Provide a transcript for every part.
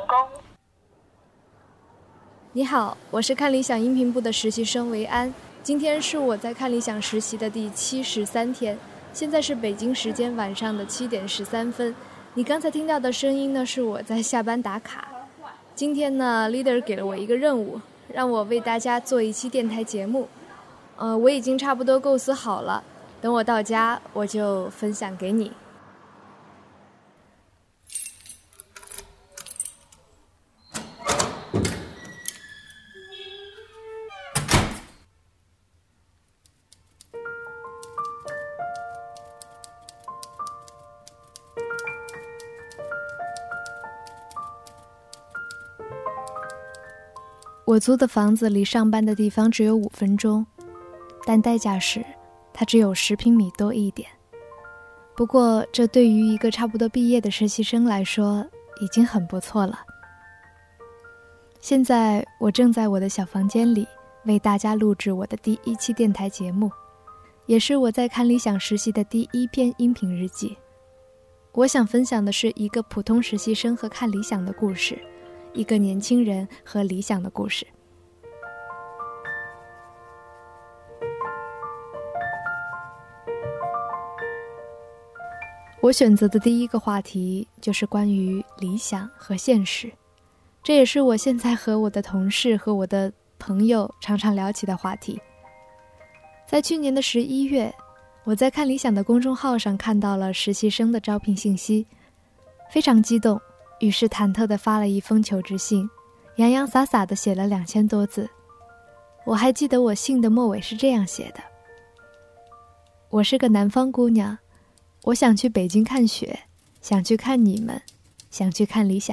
工。 你好，我是看理想音频部的实习生维安。今天是我在看理想实习的第73天，现在是北京时间晚上的7点13分。你刚才听到的声音呢，是我在下班打卡。今天呢 ，leader 给了我一个任务，让我为大家做一期电台节目。我已经差不多构思好了，等我到家我就分享给你。我租的房子离上班的地方只有5分钟，但代价是它只有10平米多一点。不过这对于一个差不多毕业的实习生来说已经很不错了。现在我正在我的小房间里为大家录制我的第1期电台节目，也是我在看理想实习的第1篇音频日记。我想分享的是一个普通实习生和看理想的故事，一个年轻人和理想的故事。我选择的第一个话题就是关于理想和现实，这也是我现在和我的同事和我的朋友常常聊起的话题。在去年的11月，我在看理想的公众号上看到了实习生的招聘信息，非常激动，于是忐忑地发了一封求职信，洋洋洒洒地写了2000多字。我还记得我信的末尾是这样写的：我是个南方姑娘，我想去北京看雪，想去看你们，想去看理想。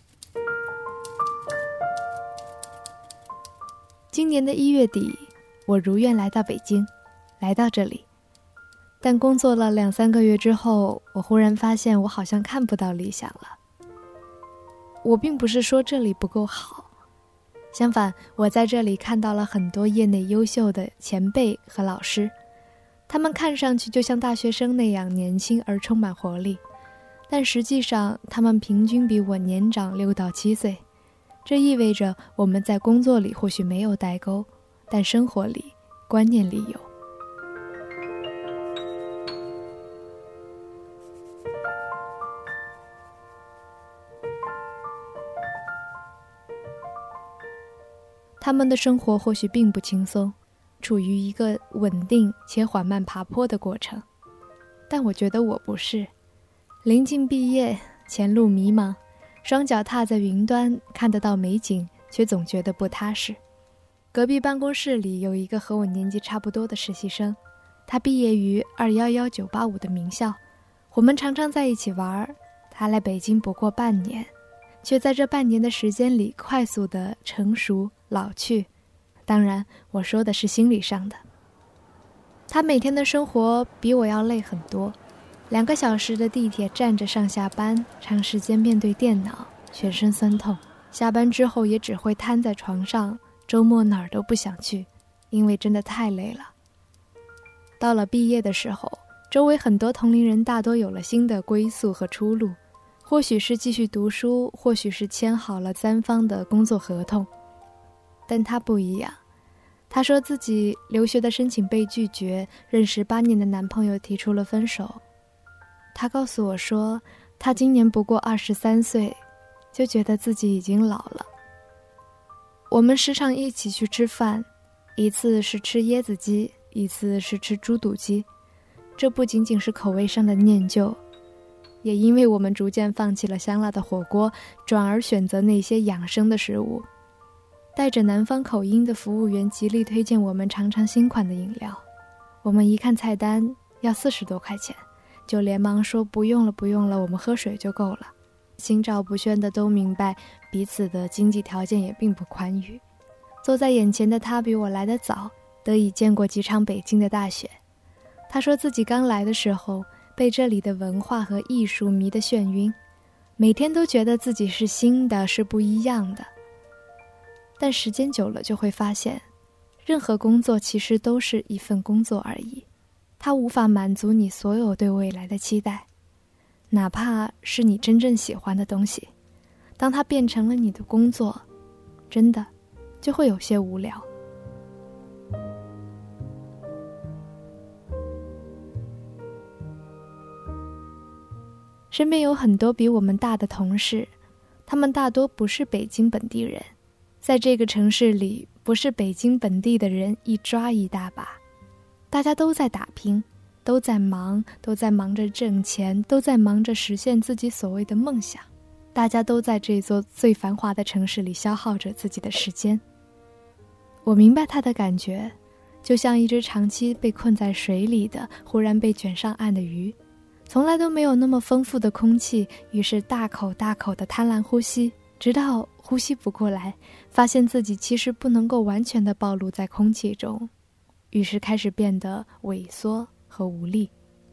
今年的1月底，我如愿来到北京，来到这里。但工作了2-3个月之后，我忽然发现我好像看不到理想了。我并不是说这里不够好，相反，我在这里看到了很多业内优秀的前辈和老师，他们看上去就像大学生那样年轻而充满活力，但实际上他们平均比我年长6到7岁。这意味着我们在工作里或许没有代沟，但生活里、观念里有。他们的生活或许并不轻松，处于一个稳定且缓慢爬坡的过程，但我觉得我不是。临近毕业，前路迷茫，双脚踏在云端，看得到美景，却总觉得不踏实。隔壁办公室里有一个和我年纪差不多的实习生，他毕业于211985的名校，我们常常在一起玩。他来北京不过半年，却在这半年的时间里快速地成熟老去，当然我说的是心理上的。他每天的生活比我要累很多，2个小时的地铁站着上下班，长时间面对电脑，全身酸痛，下班之后也只会瘫在床上，周末哪儿都不想去，因为真的太累了。到了毕业的时候，周围很多同龄人大多有了新的归宿和出路，或许是继续读书，或许是签好了3方的工作合同。但他不一样，他说自己留学的申请被拒绝，认识8年的男朋友提出了分手。他告诉我说，他今年不过23岁，就觉得自己已经老了。我们时常一起去吃饭，一次是吃椰子鸡，一次是吃猪肚鸡。这不仅仅是口味上的念旧，也因为我们逐渐放弃了香辣的火锅，转而选择那些养生的食物。带着南方口音的服务员极力推荐我们尝尝新款的饮料，我们一看菜单要40多块钱，就连忙说不用了不用了，我们喝水就够了。心照不宣的都明白彼此的经济条件也并不宽裕。坐在眼前的他比我来得早，得以见过几场北京的大雪。他说自己刚来的时候被这里的文化和艺术迷得眩晕，每天都觉得自己是新的，是不一样的。但时间久了就会发现，任何工作其实都是一份工作而已，它无法满足你所有对未来的期待，哪怕是你真正喜欢的东西， 当它变成了你的工作，真的就会有些无聊。身边有很多比我们大的同事，他们大多不是北京本地人，在这个城市里，不是北京本地的人一抓一大把，大家都在打拼，都在忙着挣钱，都在忙着实现自己所谓的梦想，大家都在这座最繁华的城市里消耗着自己的时间。我明白他的感觉，就像一只长期被困在水里的忽然被卷上岸的鱼，从来都没有那么丰富的空气，于是大口大口的贪婪呼吸，直到呼吸不过来，发现自己其实不能够完全的暴露在空气中，于是开始变得萎缩和无力。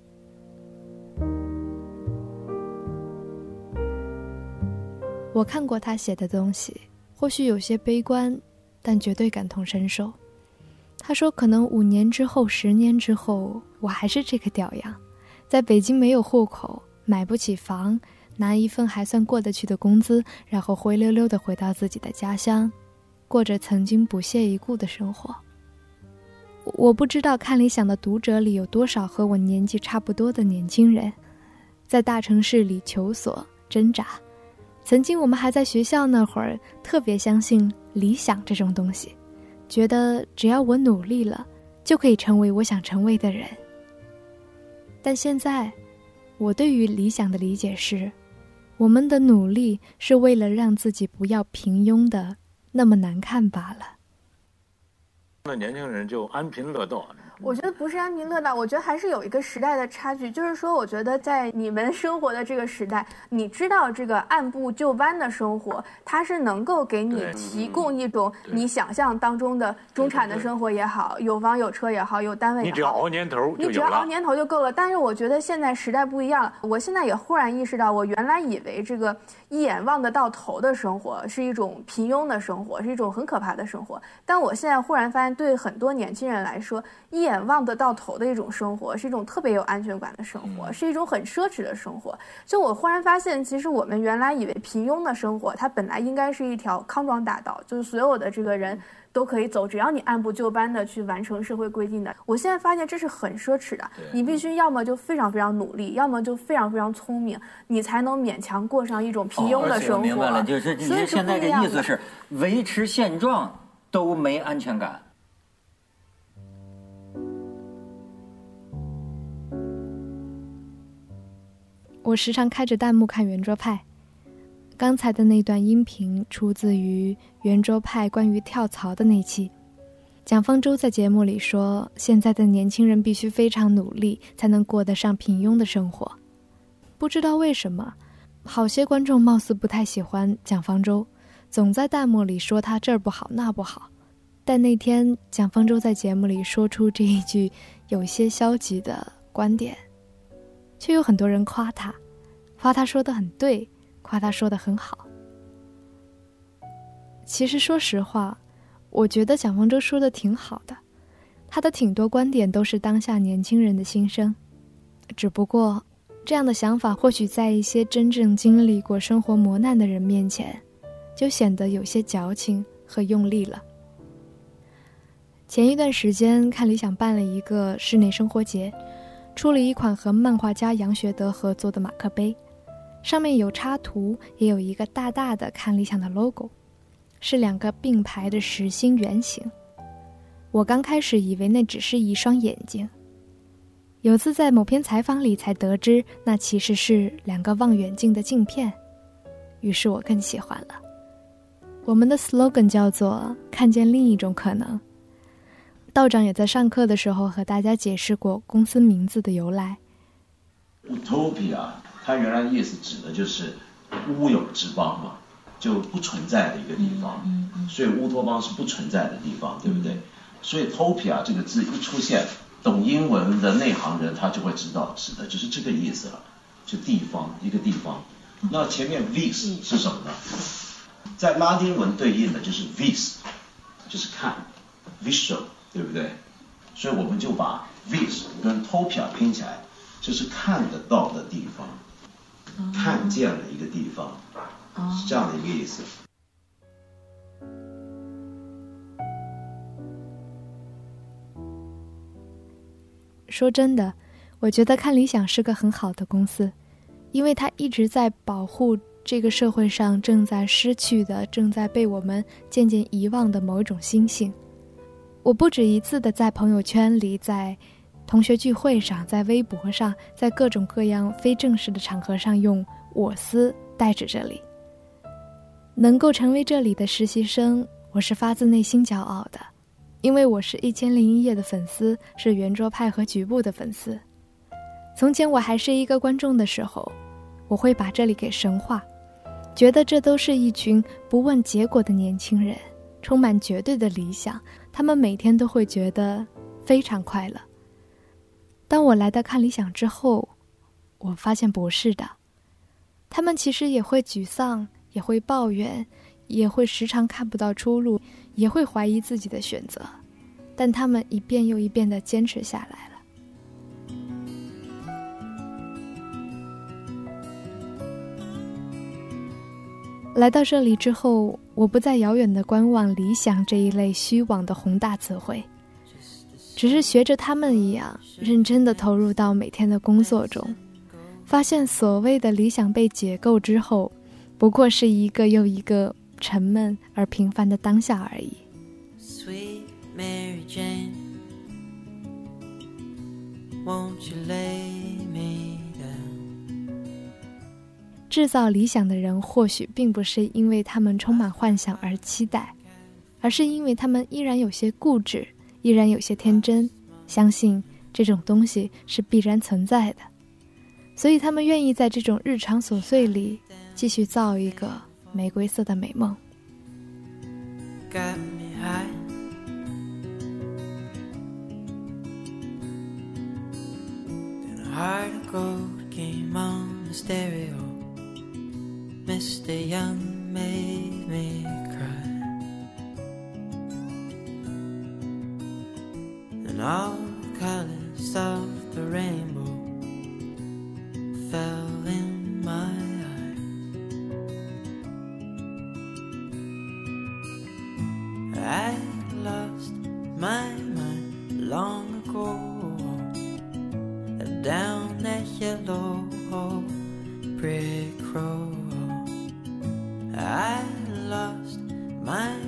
我看过他写的东西，或许有些悲观，但绝对感同身受。他说可能5年之后10年之后，我还是这个屌样，在北京没有户口，买不起房，拿一份还算过得去的工资，然后灰溜溜地回到自己的家乡，过着曾经不屑一顾的生活。我不知道看理想的读者里有多少和我年纪差不多的年轻人，在大城市里求索挣扎。曾经我们还在学校那会儿，特别相信理想这种东西，觉得只要我努力了，就可以成为我想成为的人。但现在，我对于理想的理解是，我们的努力是为了让自己不要平庸的那么难看罢了。 那年轻人就安贫乐道。 我觉得不是安贫乐道，我觉得还是有一个时代的差距。就是说，我觉得在你们生活的这个时代，你知道这个按部就班的生活，它是能够给你提供一种你想象当中的中产的生活也好，有房有车也好，有单位也好， 你只要熬年头就有了， 你只要熬年头就够了。但是我觉得现在时代不一样了，我现在也忽然意识到，我原来以为这个一眼望得到头的生活是一种平庸的生活，是一种很可怕的生活。但我现在忽然发现，对很多年轻人来说，一眼望得到头的一种生活是一种特别有安全感的生活，是一种很奢侈的生活。就我忽然发现，其实我们原来以为平庸的生活，它本来应该是一条康庄大道，就是所有的这个人都可以走，只要你按部就班的去完成社会规定的。我现在发现这是很奢侈的，你必须要么就非常非常努力，要么就非常非常聪明，你才能勉强过上一种平庸的生活。 明白了，就是你现在的意思是维持现状都没安全感。 我时常开着弹幕看圆桌派，刚才的那段音频出自于圆桌派关于跳槽的那期。蒋方舟在节目里说，现在的年轻人必须非常努力，才能过得上平庸的生活。不知道为什么，好些观众貌似不太喜欢蒋方舟，总在弹幕里说他这儿不好那不好。但那天蒋方舟在节目里说出这一句有些消极的观点，却有很多人夸他说得很对，夸他说得很好。其实说实话，我觉得蒋方舟说的挺好的，他的挺多观点都是当下年轻人的心声，只不过这样的想法或许在一些真正经历过生活磨难的人面前，就显得有些矫情和用力了。前一段时间看理想办了一个室内生活节，出了一款和漫画家杨学德合作的马克杯，上面有插图，也有一个大大的看理想的 logo， 是2个并排的实心圆形。我刚开始以为那只是一双眼睛，有次在某篇采访里才得知，那其实是2个望远镜的镜片，于是我更喜欢了。我们的 slogan 叫做看见另一种可能。道长也在上课的时候和大家解释过公司名字的由来。 Utopia 它原来意思指的就是乌有之邦嘛，就不存在的一个地方，所以乌托邦是不存在的地方，对不对？所以 Topia 这个字一出现，懂英文的内行人他就会知道指的就是这个意思了，就地方，一个地方。那前面 vis 是什么呢？在拉丁文对应的就是 vis， 就是看 visual， 对不对？所以我们就把 vis 跟 topia 拼起来，就是看得到的地方，看见了一个地方。 是这样的一个意思。 说真的，我觉得看理想是个很好的公司，因为它一直在保护这个社会上正在失去的、正在被我们渐渐遗忘的某一种心性。我不止一次的在朋友圈里、在同学聚会上、在微博上、在各种各样非正式的场合上用我司代指这里。能够成为这里的实习生，我是发自内心骄傲的，因为我是1001夜的粉丝，是圆桌派和局部的粉丝。从前我还是一个观众的时候，我会把这里给神化，觉得这都是一群不问结果的年轻人，充满绝对的理想，他们每天都会觉得非常快乐。当我来到看理想之后，我发现不是的，他们其实也会沮丧，也会抱怨，也会时常看不到出路，也会怀疑自己的选择，但他们一遍又一遍地坚持下来了。来到这里之后，我不再遥远地观望理想这一类虚妄的宏大词汇，只是学着他们一样，认真地投入到每天的工作中，发现所谓的理想被解构之后，不过是一个又一个沉闷而平凡的当下而已。 Sweet Mary Jane, won't you lay me down? 制造理想的人或许并不是因为他们充满幻想而期待，而是因为他们依然有些固执，依然有些天真，相信这种东西是必然存在的，所以他们愿意在这种日常琐碎里继续造一个玫瑰色的美梦。 Got me high, then a heart of gold came on the stereo. Mr. Young made me cry, and all the colors of the rainbow fell in my eyes. I lost my mind long ago, down that yellow brick road. I lost my